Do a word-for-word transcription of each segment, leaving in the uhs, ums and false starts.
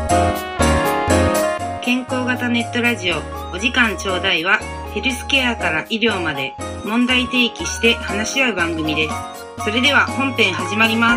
健康型ネットラジオお時間ちょうだいは、ヘルスケアから医療まで問題提起して話し合う番組です。それでは本編始まります。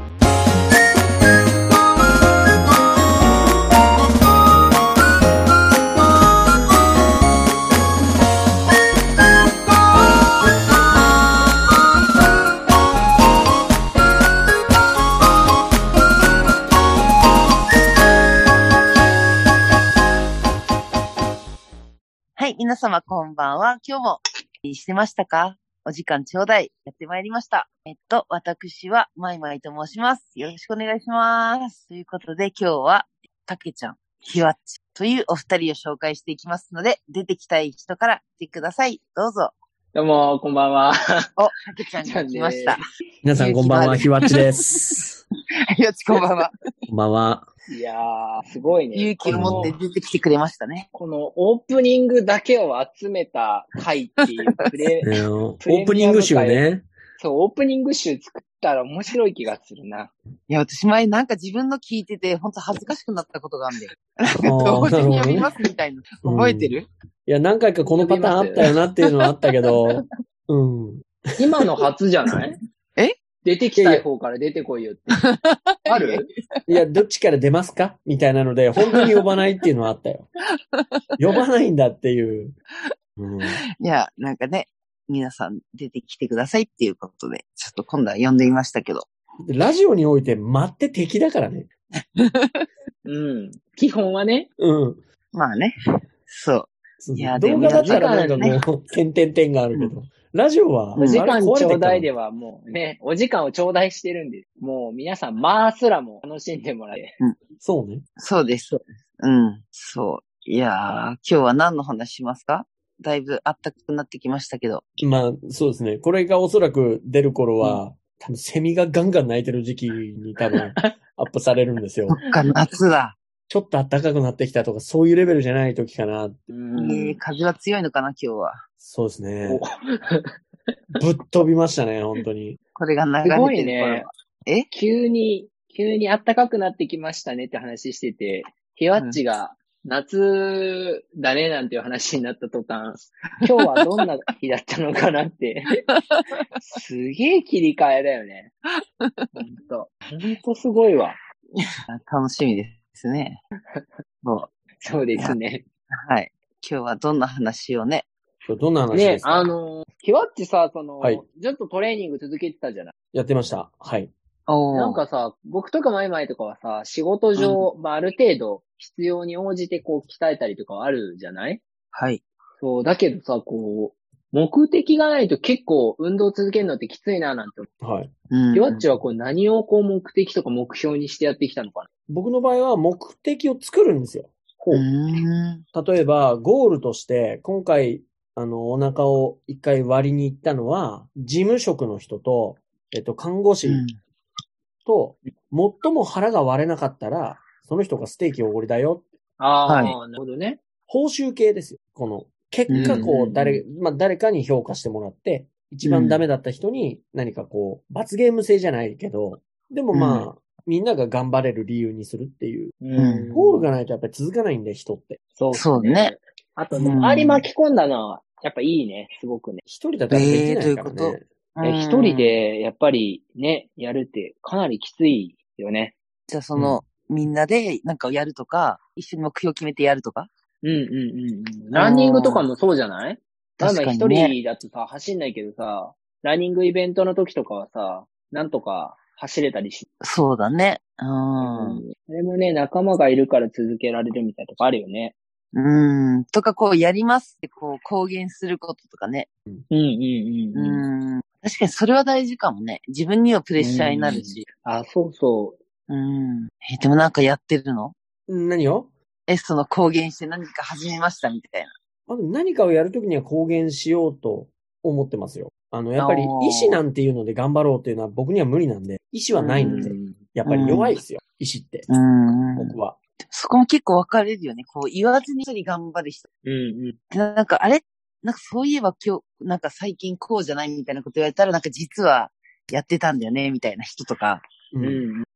皆様こんばんは。今日もしてましたか？お時間ちょうだいやってまいりました。えっと、私はまいまいと申します。よろしくお願いします。ということで今日はたけちゃん、ひわっちというお二人を紹介していきますので、出てきたい人から来てください。どうぞ。 どうも、こんばんは。 お、たけちゃんが来ました。 皆さんこんばんは、ひわっちです。 ひわっちこんばんは。 こんばんは。 いやー、すごいね。 勇気を持って出てきてくれましたね。 このオープニングだけを集めた回っていうプレ、 ね、オープニング集ね。 そう、オープニング集作ったら面白い気がするな。 いや、私前なんか自分の聞いてて、ほんと恥ずかしくなったことがあるんだよ。なんか同時に読みますみたいな。覚えてる、 うん、いや、何回かこのパターンあったよなっていうのはあったけど、うん。 今の初じゃないえ出てきたい方から出てこいよって。あるいや、どっちから出ますかみたいなので、本当に呼ばないっていうのはあったよ。呼ばないんだっていう。 うん、いや、なんかね、皆さん出てきてくださいっていうことで、ちょっと今度は呼んでみましたけど。 ラジオにおいて待って敵だからね。 うん。基本はね。 うん。 まあね。そう。 いや、動画だったらなんかこう、点々点があるけど。うん、ラジオは、 お時間ちょうだいではもうね、お時間をちょうだいしてるんで、もう皆さん、まあすらも楽しんでもらえ。 うん。 そうね。 そうです。うん。そう。いやー、今日は何の話しますか？だいぶあったかくなってきましたけど。 まあ、そうですね。これがおそらく出る頃は、うん、多分セミがガンガン鳴いてる時期に多分アップされるんですよ。 そっか、夏だ。 ちょっと暖かくなってきたとか、そういうレベルじゃない時かな。 うん、えー、風は強いのかな、今日は。 そうですね。ぶっ飛びましたね、本当に。 これが流れてる。 すごいね。 え急に、急に暖かくなってきましたねって話してて、ひわっちが夏だねなんていう話になった途端、今日はどんな日だったのかなって、すげえ切り替えだよね。ほんと。ほんとすごいわ。 楽しみですね。 そうそうですね。 はい。今日はどんな話をね。 どんな話ですか？ ね、あの、ひわっちさ、その、 はい、 ずっとトレーニング続けてたじゃない？ やってました。はい。 なんかさ、僕とか前々とかはさ、仕事上、うん、まあ、ある程度必要に応じてこう鍛えたりとかあるじゃない？ はい。 そう、だけどさ、こう、目的がないと結構運動続けるのってきついななんて思う。はい。 ひわっちはこう何をこう目的とか目標にしてやってきたのかな？ 僕の場合は目的を作るんですよ。 ほう。う例えば、ゴールとして、今回、あの、お腹を一回割りに行ったのは、事務職の人と、えっと、看護師と、うん、最も腹が割れなかったら、その人がステーキおごりだよ。 ああ、はい、なるほどね。 報酬系ですよ。この、結果こう、誰、まあ、誰かに評価してもらって、一番ダメだった人に何かこう、罰ゲーム制じゃないけど、でもまあ、うん、みんなが頑張れる理由にするっていう。うん、ゴールがないとやっぱり続かないんで、人って。 そうそうね。 あとね、周り巻き込んだのは、やっぱいいね。すごくね。 一人だとできないからね。 一人で、やっぱりね、やるってかなりきついよね。 じゃあその、うん、みんなでなんかやるとか、一緒に目標決めてやるとか？ うんうんうんうん。ランニングとかもそうじゃない？確かに一人だとさ、走んないけどさ、ランニングイベントの時とかはさ、なんとか走れたりし。 そうだね。うん。 うん。それもね、仲間がいるから続けられるみたいなとこあるよね。 うん。とか、こう、やりますって、こう、公言することとかね。 うんうんうんうん。 うん。確かにそれは大事かもね。自分にはプレッシャーになるし。 あ、そうそう。 うん。え、でもなんかやってるの？ 何を？ え、その公言して何か始めましたみたいな。 あの何かをやるときには公言しようと思ってますよ。あの、やっぱり意志なんていうので頑張ろうっていうのは僕には無理なんで、意志はないので、やっぱり弱いですよ、意志って。 うん僕は。 そこも結構分かれるよね。こう言わずに一人頑張る人。 うんうん。 なんかあれなんかそういえば今日、なんか最近こうじゃないみたいなこと言われたら、なんか実はやってたんだよね、みたいな人とか。 うん。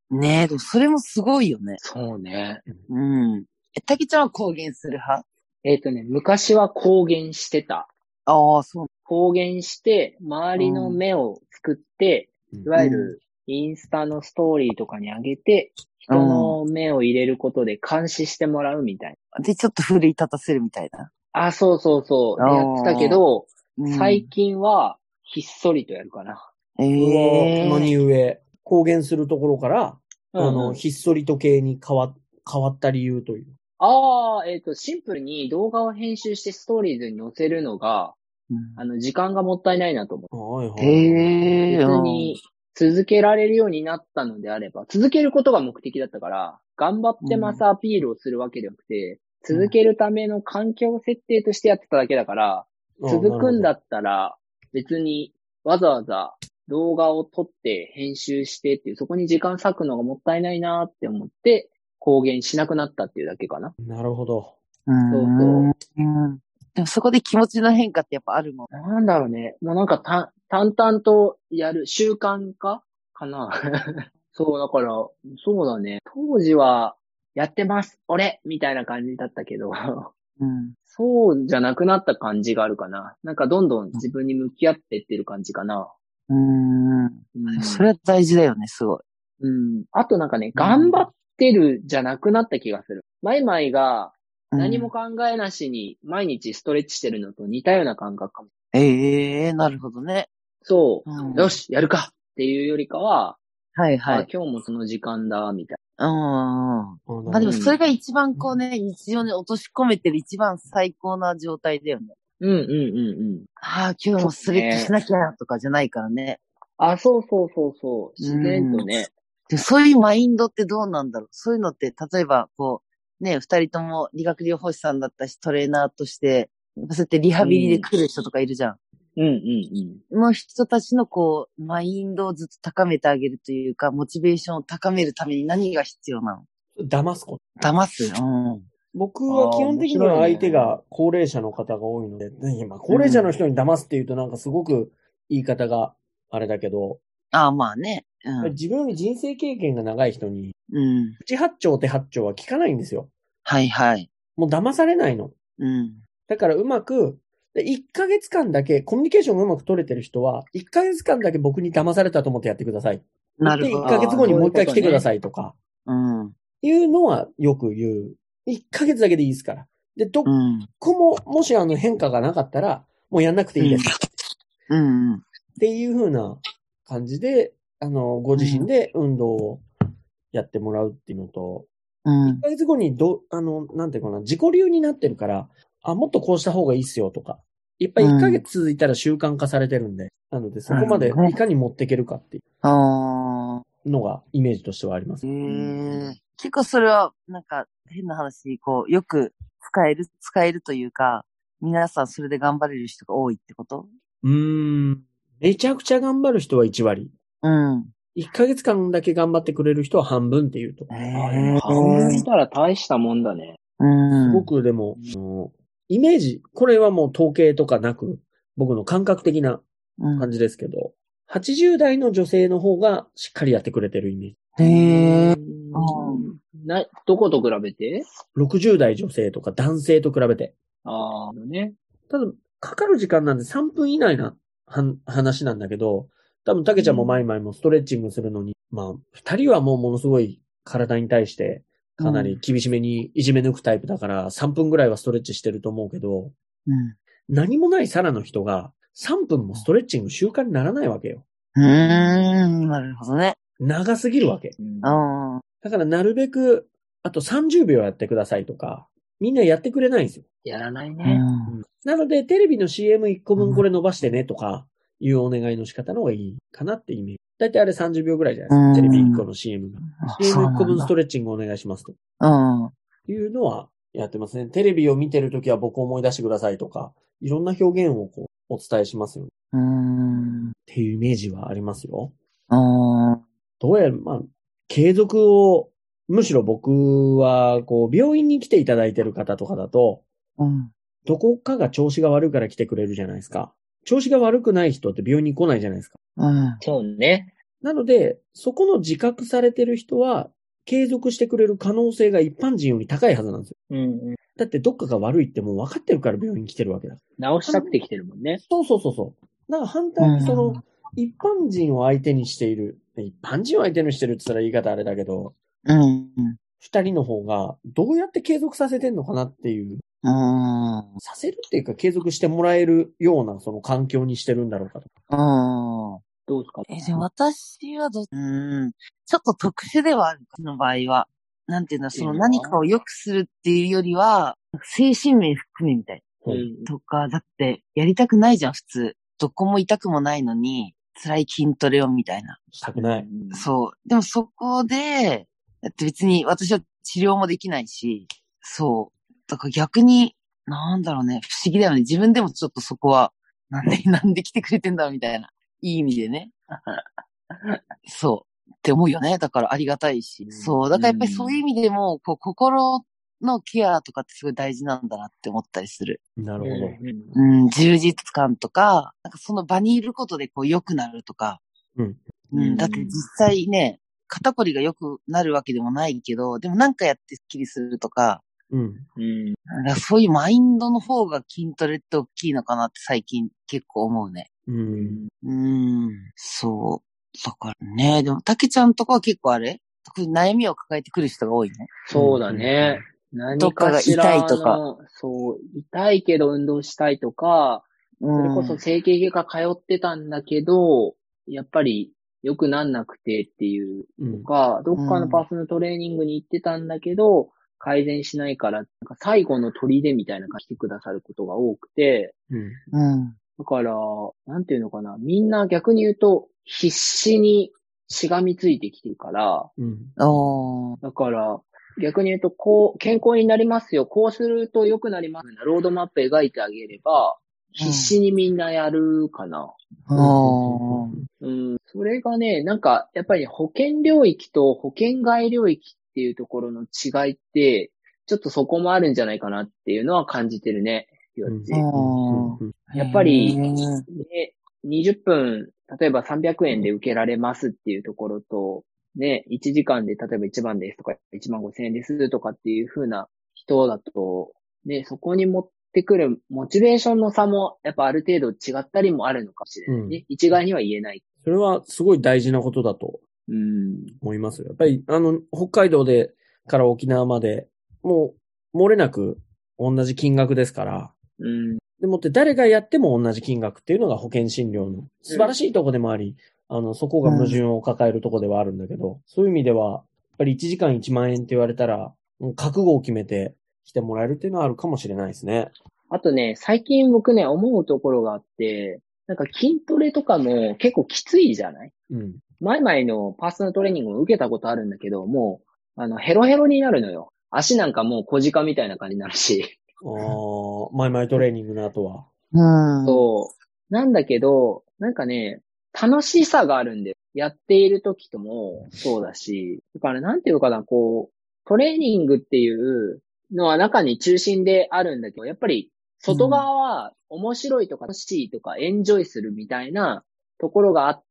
ねえ、でもそれもすごいよね。 そうね。 うん。え、たけちゃんは公言する派？ えっとね、昔は公言してた。 ああ、そう。 公言して、周りの目を作って、 うんいわゆるインスタのストーリーとかに上げて、人の目を入れることで監視してもらうみたいな。 で、ちょっと奮い立たせるみたいな。 あ、そうそうそう。で、やってたけど、 うん、 最近はひっそりとやるかな。 ええー。 何故、公言するところから、 うんうん、 あの、ひっそりと系に変わ、変わった理由という。 ああ、えっと、シンプルに動画を編集してストーリーズに載せるのが、うん、あの、時間がもったいないなと思う。 はいはい。 へ別に続けられるようになったのであれば、続けることが目的だったから、頑張ってますアピールをするわけではなくて、うん、続けるための環境設定としてやってただけだから、うん、続くんだったら、別にわざわざ動画を撮って編集してっていう、そこに時間割くのがもったいないなって思って、公言しなくなったっていうだけかな。 なるほど。 そうそう。うんでもそこで気持ちの変化ってやっぱあるもん。 なんだろうね。もうなんかた、淡々とやる習慣化かな。そう、だから、そうだね。当時は、やってます、俺みたいな感じだったけど、うん、そうじゃなくなった感じがあるかな。なんかどんどん自分に向き合ってってる感じかな。 うーん。うん、それは大事だよね、すごい。 うん。あとなんかね、頑張ってるじゃなくなった気がする。マイマイが、何も考えなしに毎日ストレッチしてるのと似たような感覚かも。 ええー、なるほどね。 そう、うん。よし、やるかっていうよりかは、 はいはい。 あ、今日もその時間だ、みたいな。うん。まあでもそれが一番こうね、日常に落とし込めてる一番最高な状態だよね。 うんうんうんうん。 ああ、今日もストレッチしなきゃとかじゃないからね。 あ、そうそうそうそう。自然とね。 でそういうマインドってどうなんだろう。そういうのって、例えばこう、ね、二人とも理学療法士さんだったし、トレーナーとして、そうやってリハビリで来る人とかいるじゃん。 うんうんうん。 の人たちのこう、マインドをずっと高めてあげるというか、モチベーションを高めるために何が必要なの？ 騙すこと。 騙す。うん。 僕は基本的には相手が高齢者の方が多いので、ね、まあ高齢者の人に騙すっていうとなんかすごく言い方があれだけど。 ああ、まあね。 うん、自分より人生経験が長い人に、 うん。 口八丁手八丁は聞かないんですよ。 はいはい。 もう騙されないの。 うん。 だからうまく、いっかげつかんだけ、コミュニケーションがうまく取れてる人は、いっかげつかんだけ僕に騙されたと思ってやってください。 なるほど。 で、いっかげつごにもう一回来てくださいとか。 うん。 いうのはよく言う。いっかげつだけでいいですから。で、どこも、もしあの変化がなかったら、もうやんなくていいです。 うん。うんうん、 っていう風な感じで、あの、ご自身で運動をやってもらうっていうのと、うん、いっかげつごにど、あの、なんていうかな、自己流になってるから、あ、もっとこうした方がいいっすよとか、いっぱいいっかげつ続いたら習慣化されてるんで、うん、なのでそこまでいかに持っていけるかっていうのがイメージとしてはあります。 へー、結構それは、なんか変な話、こう、よく使える、使えるというか、皆さんそれで頑張れる人が多いってこと？ うーん。めちゃくちゃ頑張る人はいちわり。 うん。 いっかげつかんだけ頑張ってくれる人は半分っていうと。 半分いたら大したもんだね。 うん。 すごくでも、イメージ、これはもう統計とかなく、僕の感覚的な感じですけど、うん、はちじゅう代の女性の方がしっかりやってくれてるイメージ。 へー。 な、どこと比べて ? ろくじゅう代女性とか男性と比べて。 ああ、ね。 ただ、かかる時間なんでさんぷん以内な話なんだけど、多分、たけちゃんもマイマイもストレッチングするのに、うん、まあ、二人はもうものすごい体に対して、かなり厳しめにいじめ抜くタイプだから、さんぷんぐらいはストレッチしてると思うけど、 うん、 何もないサラの人がさんぷんもストレッチング習慣にならないわけよ。 うーん、なるほどね。 長すぎるわけ。 うん、 だからなるべく、あとさんじゅうびょうやってくださいとか、みんなやってくれないんですよ。 やらないね。 うん、 なので、テレビの シーエムいっこぶんこれ伸ばしてねとか、いうお願いの仕方の方がいいかなってイメージ。だいたいあれさんじゅうびょうぐらいじゃないですか。テレビいっこの シーエム が。シーエムいっこぶんストレッチングお願いしますと。 うん。 いうのはやってますね。テレビを見てるときは僕を思い出してくださいとか、いろんな表現をこうお伝えしますよ。 うーん。 っていうイメージはありますよ。 うん。 どうやら、まあ、継続を、むしろ僕は、こう、病院に来ていただいてる方とかだと、 うん。 どこかが調子が悪いから来てくれるじゃないですか。調子が悪くない人って病院に来ないじゃないですか。 うん。 そうね。 なので、そこの自覚されてる人は、継続してくれる可能性が一般人より高いはずなんですよ。 うんうん。 だってどっかが悪いってもう分かってるから病院に来てるわけだ。 直したくて来てるもんね。 そうそうそうそう。だから反対にその、一般人を相手にしている、一般人を相手にしてるって言ったら言い方あれだけど、 うん。 二人の方がどうやって継続させてんのかなっていう、 うん。 させるっていうか継続してもらえるようなその環境にしてるんだろうかと。 うん。 どうですか？ え、でも私はど、うん。ちょっと特殊ではある、この場合は。なんていうの、その何かを良くするっていうよりは、精神面含めみたい。 うん。 とか、だってやりたくないじゃん、普通。どこも痛くもないのに、辛い筋トレをみたいな。 したくない。 そう。でもそこで、だって別に私は治療もできないし、そう。だから逆に、なんだろうね、不思議だよね。自分でもちょっとそこは、なんで、なんで来てくれてんだろうみたいな。いい意味でね。そう。って思うよね。だからありがたいし。そう。だからやっぱりそういう意味でも、こう、心のケアとかってすごい大事なんだなって思ったりする。 なるほど。 うん、充実感とか、なんかその場にいることでこう良くなるとか。 うん。 うん、だって実際ね、肩こりが良くなるわけでもないけど、でもなんかやってスッキリするとか、 うん。 うん。 なんかそういうマインドの方が筋トレって大きいのかなって最近結構思うね。 うん。 うん、そう。だからね、でも、たけちゃんとかは結構あれ特に悩みを抱えてくる人が多いね。 そうだね。何かしらどっかが痛いとかの、そう、痛いけど運動したいとか、 うん、 それこそ整形外科通ってたんだけど、やっぱり良くなんなくてっていうとか、どっかのパーソナルトレーニングに行ってたんだけど、改善しないから、なんか最後の砦みたいな感じで来てくださることが多くて、 うん。 うん。 だから、なんていうのかな、みんな逆に言うと、必死にしがみついてきてるから、 うん。 おー。 だから、逆に言うと、こう、健康になりますよ、こうすると良くなりますよ、ロードマップ描いてあげれば、必死にみんなやるかな。 おー。 うん、それがね、なんか、やっぱり保険領域と保険外領域っていうところの違いって、ちょっとそこもあるんじゃないかなっていうのは感じてるね、よっち。 おー。 やっぱり、 へーね、にじゅっぷん、例えばさんびゃくえんで受けられますっていうところと、ね、いちじかんで例えばいちばんですとかいちまんごせんえんですとかっていう風な人だと、ね、そこに持ってくるモチベーションの差もやっぱある程度違ったりもあるのかもしれないね。うん、一概には言えない。 それはすごい大事なことだと思いますよ。やっぱり、あの、北海道でから沖縄まで、もう、漏れなく同じ金額ですから、 うん、 でもって誰がやっても同じ金額っていうのが保険診療の素晴らしいとこでもあり、うん、あの、そこが矛盾を抱えるとこではあるんだけど、うん、そういう意味では、やっぱりいちじかんいちまんえんって言われたら、もう覚悟を決めて来てもらえるっていうのはあるかもしれないですね。 あとね、最近僕ね、思うところがあって、なんか筋トレとかも結構きついじゃない？ うん。 前々のパーソナルトレーニングを受けたことあるんだけど、もう、あの、ヘロヘロになるのよ。足なんかもう小鹿みたいな感じになるし。 ああ、前々トレーニングの後は。 うん。 そう。なんだけど、なんかね、楽しさがあるんで、やっている時ともそうだし、だからなんていうのかな、こう、トレーニングっていうのは中に中心であるんだけど、やっぱり外側は面白いとか楽しいとかエンジョイするみたいなところがあって、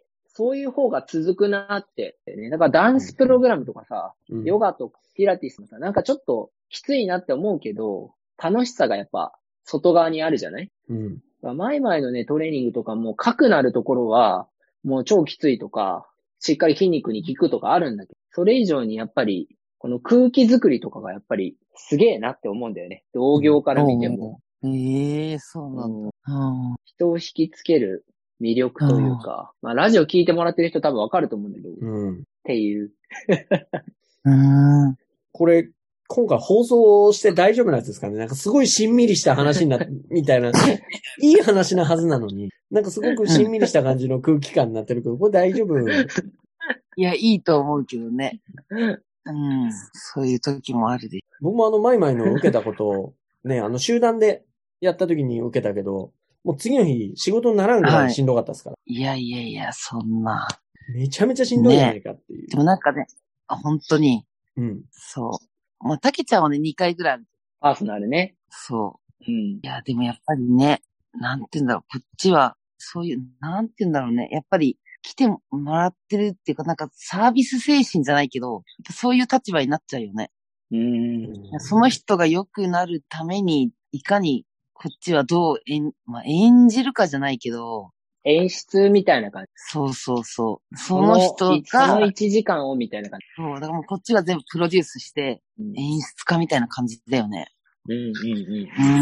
そういう方が続くなって、ね。だからダンスプログラムとかさ、 うん、 ヨガとかピラティスもさ、なんかちょっときついなって思うけど、楽しさがやっぱ外側にあるじゃない？ うん。 前々のね、トレーニングとかも、かくなるところは、もう超きついとか、しっかり筋肉に効くとかあるんだけど、それ以上にやっぱり、この空気作りとかがやっぱりすげえなって思うんだよね。同業から見ても。 ええー、そうなんだ、うん。 人を引きつける魅力というか、まあラジオ聞いてもらってる人多分わかると思うんだけど、 うん、 っていう。 うん、 これ、今回放送して大丈夫なやつですかね？なんかすごいしんみりした話にな、みたいな、いい話なはずなのに、なんかすごくしんみりした感じの空気感になってるけど、これ大丈夫？ いや、いいと思うけどね。うん、そういう時もあるで。 僕もあの、マイマイの受けたことを、ね、あの、集団でやった時に受けたけど、もう次の日仕事にならんぐらいしんどかったですから。 はい、いやいやいや、そんな。 めちゃめちゃしんどいじゃないかっていう。 ね、でもなんかね、あ、本当に。 うん。 そう。まあ、たけちゃんはね、にかいぐらいある。 パーソナルね。 そう。 うん。 いや、でもやっぱりね、なんて言うんだろう、こっちは、そういう、なんて言うんだろうね。やっぱり、 来てもらってるっていうか、なんかサービス精神じゃないけど、そういう立場になっちゃうよね。 うん。 その人が良くなるために、いかにこっちはどう演、まあ、演じるかじゃないけど、 演出みたいな感じ。 そうそうそう。その人が、 そのいちじかんをみたいな感じ。 そう、だからもうこっちが全部プロデュースして、演出家みたいな感じだよね。 うんうんうん。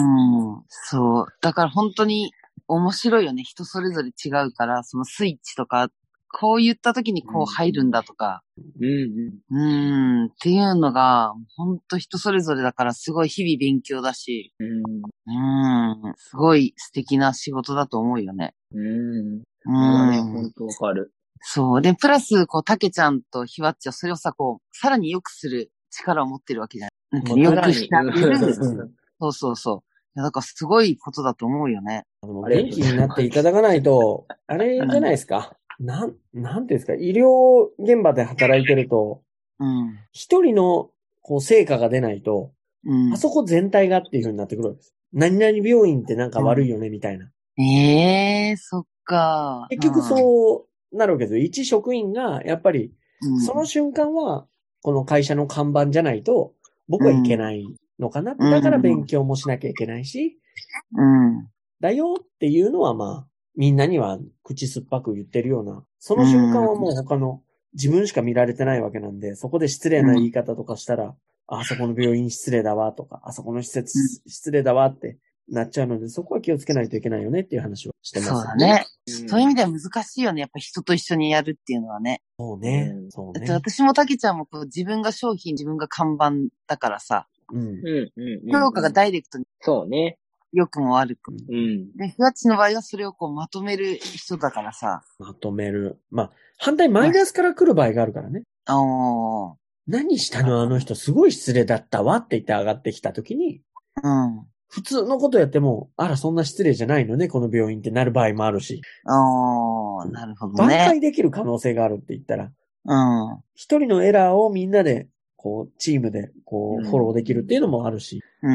うん。そう。だから本当に面白いよね。人それぞれ違うから、そのスイッチとか、こう言った時にこう入るんだとか、 うんうん。 うん、っていうのが、本当人それぞれだからすごい日々勉強だし、 うん。 うん、すごい素敵な仕事だと思うよね。 うん。 うん。 本当わかる。 そう。で、プラス、こう、たけちゃんとひわっちはそれをさ、こう、さらに良くする力を持ってるわけじゃない。なんか良くしてあげる。そうそうそう。いや、だからすごいことだと思うよね。 元気になっていただかないと、あれじゃないですか。なん、なんていうんですか、医療現場で働いてると、 うん。 一人の、こう、成果が出ないと、 うん。 あそこ全体がっていう風になってくるわけです。何々病院ってなんか悪いよね、みたいな。 ええー、そっか。 結局そうなるわけですよ。一職員が、やっぱり、その瞬間は、この会社の看板じゃないと、僕はいけないのかな。 うん、 だから勉強もしなきゃいけないし、 うん。 だよっていうのはまあ、みんなには口酸っぱく言ってるような、その瞬間はもう他の自分しか見られてないわけなんで、そこで失礼な言い方とかしたら、あそこの病院失礼だわとか、あそこの施設失礼だわってなっちゃうので、そこは気をつけないといけないよねっていう話をしてます、ね。 そうだね。そういう意味では難しいよね。やっぱ人と一緒にやるっていうのはね。 そうね。そうね。 私もたけちゃんもこう自分が商品、自分が看板だからさ。 うん。 うん。うん。 評価がダイレクトに。 そうね。 良くも悪くも。 うん。 で、ふわっちの場合はそれをこうまとめる人だからさ。 まとめる。まあ、反対マイナスから来る場合があるからね。 おー。 何したのあの人すごい失礼だったわって言って上がってきたときに、 うん。 普通のことやっても、あらそんな失礼じゃないのね、この病院ってなる場合もあるし。 おー、なるほどね。 挽回できる可能性があるって言ったら、 うん。 一人のエラーをみんなで、こう、チームで、こう、フォローできるっていうのもあるし、 うん。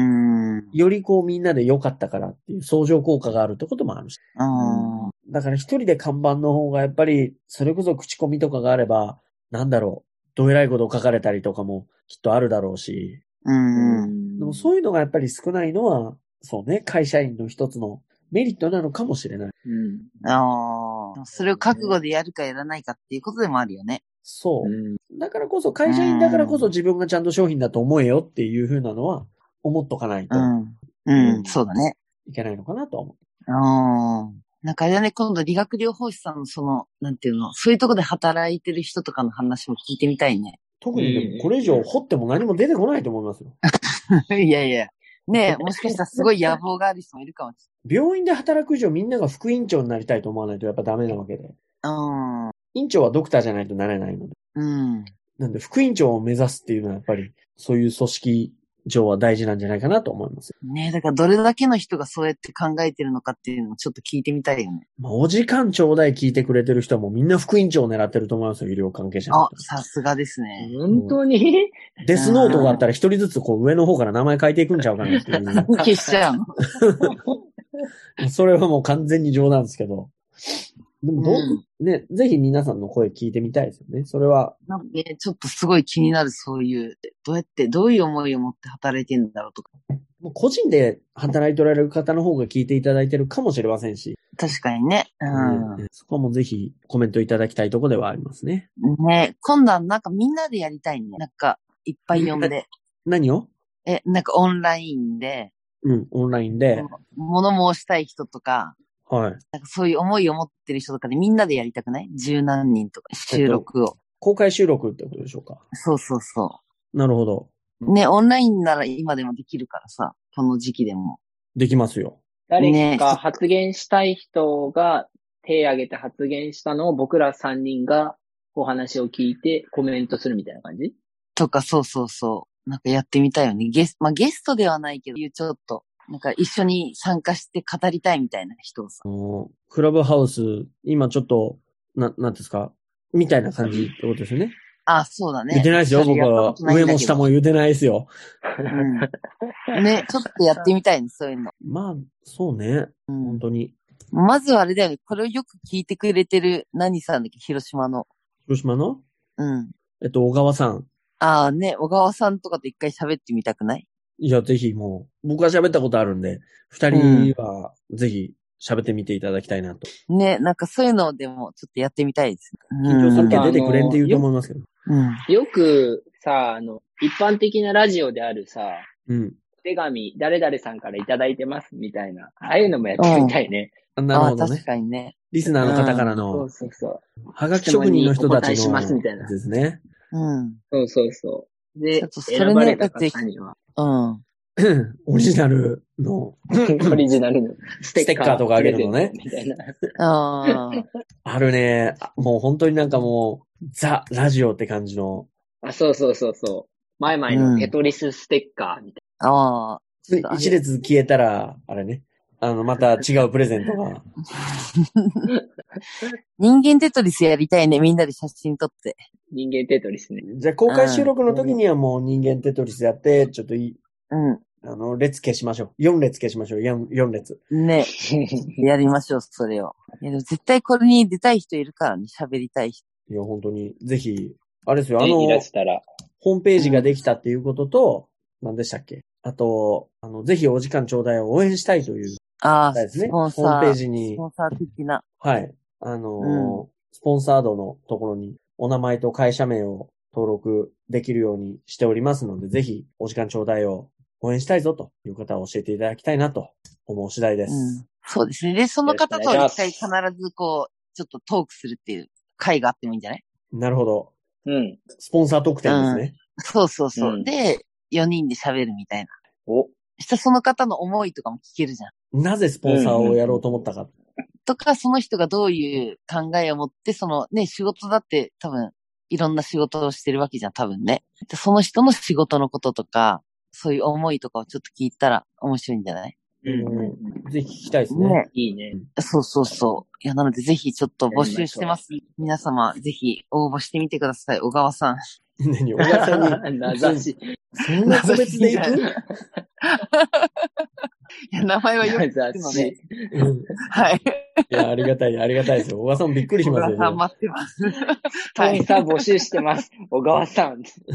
よりこうみんなで良かったからっていう相乗効果があるってこともあるし。 うん。 だから一人で看板の方がやっぱり、それこそ口コミとかがあれば、なんだろう、どえらいこと書かれたりとかもきっとあるだろうし。 うん。 でもそういうのがやっぱり少ないのは、そうね、会社員の一つのメリットなのかもしれない。 うん。 ああ。それを覚悟でやるかやらないかっていうことでもあるよね。 そう。 うん、 だからこそ、会社員だからこそ自分がちゃんと商品だと思えよっていう風なのは、思っとかないと。 うん。うん、そうだね。 いけないのかなと思う。ああ。なんかあれだね、今度理学療法士さんのその、なんていうの、そういうとこで働いてる人とかの話も聞いてみたいね。 特にでもこれ以上掘っても何も出てこないと思いますよ。 いやいや。ねえ、もしかしたらすごい野望がある人もいるかもしれない。病院で働く以上みんなが副院長になりたいと思わないとやっぱダメなわけで。 うん。 院長はドクターじゃないとなれないので。 うん。 なんで副院長を目指すっていうのはやっぱりそういう組織上は大事なんじゃないかなと思いますよ。 ねえ、だからどれだけの人がそうやって考えてるのかっていうのをちょっと聞いてみたいよね。 まあ、お時間ちょうだい聞いてくれてる人はもうみんな副院長を狙ってると思いますよ、医療関係者。 あ、さすがですね。 本当にデスノートがあったら一人ずつこう上の方から名前書いていくんちゃうかなっていう。 消しちゃうの。それはもう完全に冗談ですけど。でもどう、うん、ね、ぜひ皆さんの声聞いてみたいですよね。それは。 なんかね、ちょっとすごい気になる、そういう、どうやって、どういう思いを持って働いてるんだろうとか。 もう個人で働いておられる方の方が聞いていただいてるかもしれませんし。 確かにね。うん。 ね、そこもぜひコメントいただきたいところではありますね。 ね、今度はなんかみんなでやりたいね。なんか、いっぱい呼んで。 何を？ え、なんかオンラインで。 うん、オンラインで。 物申したい人とか。 はい。 なんかそういう思いを持ってる人とかでみんなでやりたくない？十何人とか収録を、えっと。 公開収録ってことでしょうか？ そうそうそう。 なるほど。 ね、オンラインなら今でもできるからさ、この時期でも。 できますよ。 誰か発言したい人が手を挙げて発言したのを僕らさんにんがお話を聞いてコメントするみたいな感じ？ とか、そうそうそう。なんかやってみたいよね。ゲスト、まあゲストではないけど、ちょっと。なんか一緒に参加して語りたいみたいな人をさ。 クラブハウス、今ちょっと、な、なんですかみたいな感じってことですよね。 あ、そうだね。 言ってないですよ、僕は。上も下も言ってないですよ。 うん。ね、ちょっとやってみたいね、そういうの。 まあ、そうね。うん、本当に。 まずはあれだよね。これをよく聞いてくれてる何さんだっけ、広島の。 広島のうん。 えっと、小川さん。 ああね、小川さんとかと一回喋ってみたくない？ いや、ぜひもう、僕は喋ったことあるんで、二人はぜひ喋ってみていただきたいなと。 うん、ね、なんかそういうのでもちょっとやってみたいです。 緊張するけど出てくれんって言うと思いますけど。 うん。 よくさ、あの、一般的なラジオであるさ、 うん。 手紙、誰々さんからいただいてますみたいな、ああいうのもやってみたいね。 うん、なるほどね。 確かにね。 リスナーの方からの、 うん、そうそうそう。 はがき職人の人たちのしますみたいなですね。 うん。 そうそうそう。で、 ちょっとそれね、 選ばれた方には、 うん。 オリジナルの、 オリジナルのステッカーとかあげるのね。 みたいな。 ああるね。もう本当になんかもう、ザ・ラジオって感じの。 あ、そうそうそうそう。前々のテトリスステッカーみたいな。うん、ああ。 一列消えたら、あれね。あの、また違うプレゼントが。 人間テトリスやりたいね。みんなで写真撮って。 人間テトリスね。 じゃあ公開収録の時にはもう人間テトリスやって、ちょっといい。 うん。 あの、列消しましょう。よん列消しましょう。よん、よん列。 ね。やりましょう、それを。いや、でも絶対これに出たい人いるからね。喋りたい人。 いや、本当に。ぜひ、あれですよ。あの、 ホームページができたっていうことと、うん、何でしたっけ？あと、あの、ぜひお時間ちょうだいを応援したいという。 ああ、 ですね。 スポンサー。 ホームページに。 スポンサー的な。 はい。あのーうん、 スポンサードのところにお名前と会社名を登録できるようにしておりますので、ぜひお時間ちょうだいを応援したいぞという方を教えていただきたいなと思う次第です。 うん、そうですね。で、その方と一回必ずこう、ちょっとトークするっていう会があってもいいんじゃない？ なるほど。 うん。 スポンサー特典ですね。 うん、そうそうそう。うん、で、よにんで喋るみたいな。お。したその方の思いとかも聞けるじゃん。 なぜスポンサーをやろうと思ったか。うんうん、 とか、その人がどういう考えを持って、そのね、仕事だって多分、いろんな仕事をしてるわけじゃん、多分ね。その人の仕事のこととか、そういう思いとかをちょっと聞いたら面白いんじゃない？ うん。ぜひ聞きたいですね。ね。 いいね。 そうそうそう。いや、なのでぜひちょっと募集してます。皆様、ぜひ応募してみてください。小川さん。 何小川さんに。 名指し。 そんな個別でいく？ いや、名前はよく聞くので。 うん、 はい。 いや、ありがたい、ありがたいですよ。小川さんびっくりしますよ。 小川さん待ってます。 スポンサー募集してます。小川さん。す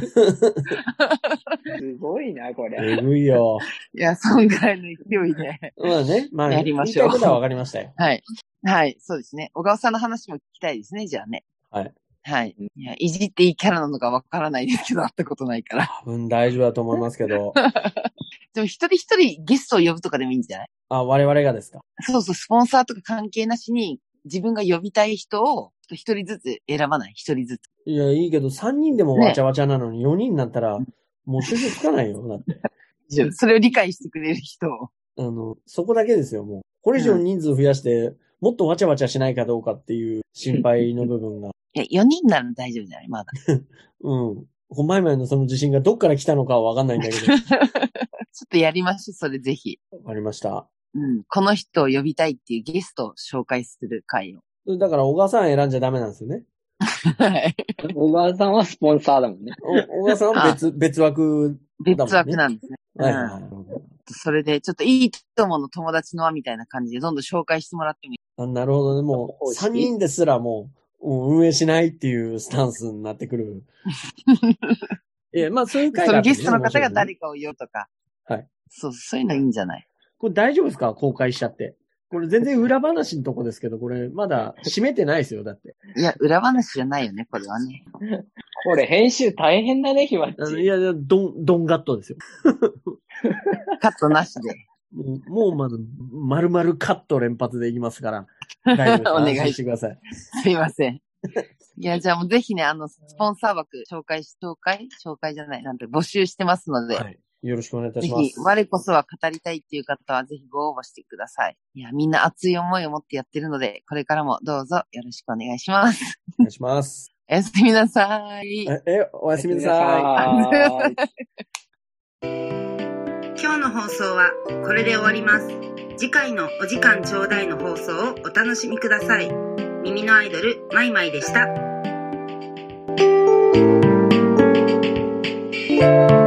ごいな、これ。 えぐいよ。 いや、そんぐらいの勢いで。 まあね、まあ、 やりましょう。 言いたいことはわかりましたよ。 はい。はい、そうですね。小川さんの話も聞きたいですね、じゃあね。 はい。 はい。いや、いじっていいキャラなのかわからないですけど、会ったことないから。 多分大丈夫だと思いますけど。 でも一人一人ゲストを呼ぶとかでもいいんじゃない？ あ、我々がですか？ そうそう、スポンサーとか関係なしに、自分が呼びたい人を一人ずつ選ばない？一人ずつ。 いや、いいけど、三人でもわちゃわちゃなのに、よにんになったら、もう収集つかないよ、だって。 それを理解してくれる人を。 あの、そこだけですよ、もう。これ以上人数増やして、うん、もっとわちゃわちゃしないかどうかっていう心配の部分が。 いや、よにんなら大丈夫じゃないまだ。 うん。前々のその自信がどっから来たのかはわかんないんだけど。ちょっとやりましょう、それぜひ。 わかりました。 うん。この人を呼びたいっていうゲストを紹介する回を。 だから小川さん選んじゃダメなんですよね。 はい。 小川さんはスポンサーだもんね。 小川さんは別、別枠だもんね。 別枠なんですね。 はいはいはい。 それで、ちょっといい友の友達の輪みたいな感じでどんどん紹介してもらってもいい？ あ、なるほどね。もう、さんにんですらもう、運営しないっていうスタンスになってくる。いや、まあそういう回が、 ね、そのゲストの方が誰かを呼ぶとか。 はい。 そう、そういうのいいんじゃない？ これ大丈夫ですか？公開しちゃって。これ全然裏話のとこですけど、これまだ閉めてないですよ、だって。 いや、裏話じゃないよね、これはね。 これ編集大変だね、ひわっち。 いやいや、ドン、ドンガットですよ。 カットなしで。 もう、もうまず、丸々カット連発でいきますから。大丈夫です。お願いしてください。 すいません。いや、じゃあもうぜひね、あの、スポンサー枠紹介し、紹介紹介じゃない、なんて募集してますので。はい。 よろしくお願いいたします。 ぜひ、我こそは語りたいっていう方はぜひご応募してください。いや、みんな熱い思いを持ってやってるので、これからもどうぞよろしくお願いします。 お願いします。 おやすみなさい。 え、えおやすみなさい。今日の放送はこれで終わります。次回のお時間ちょうだいの放送をお楽しみください。耳のアイドル、マイマイでした。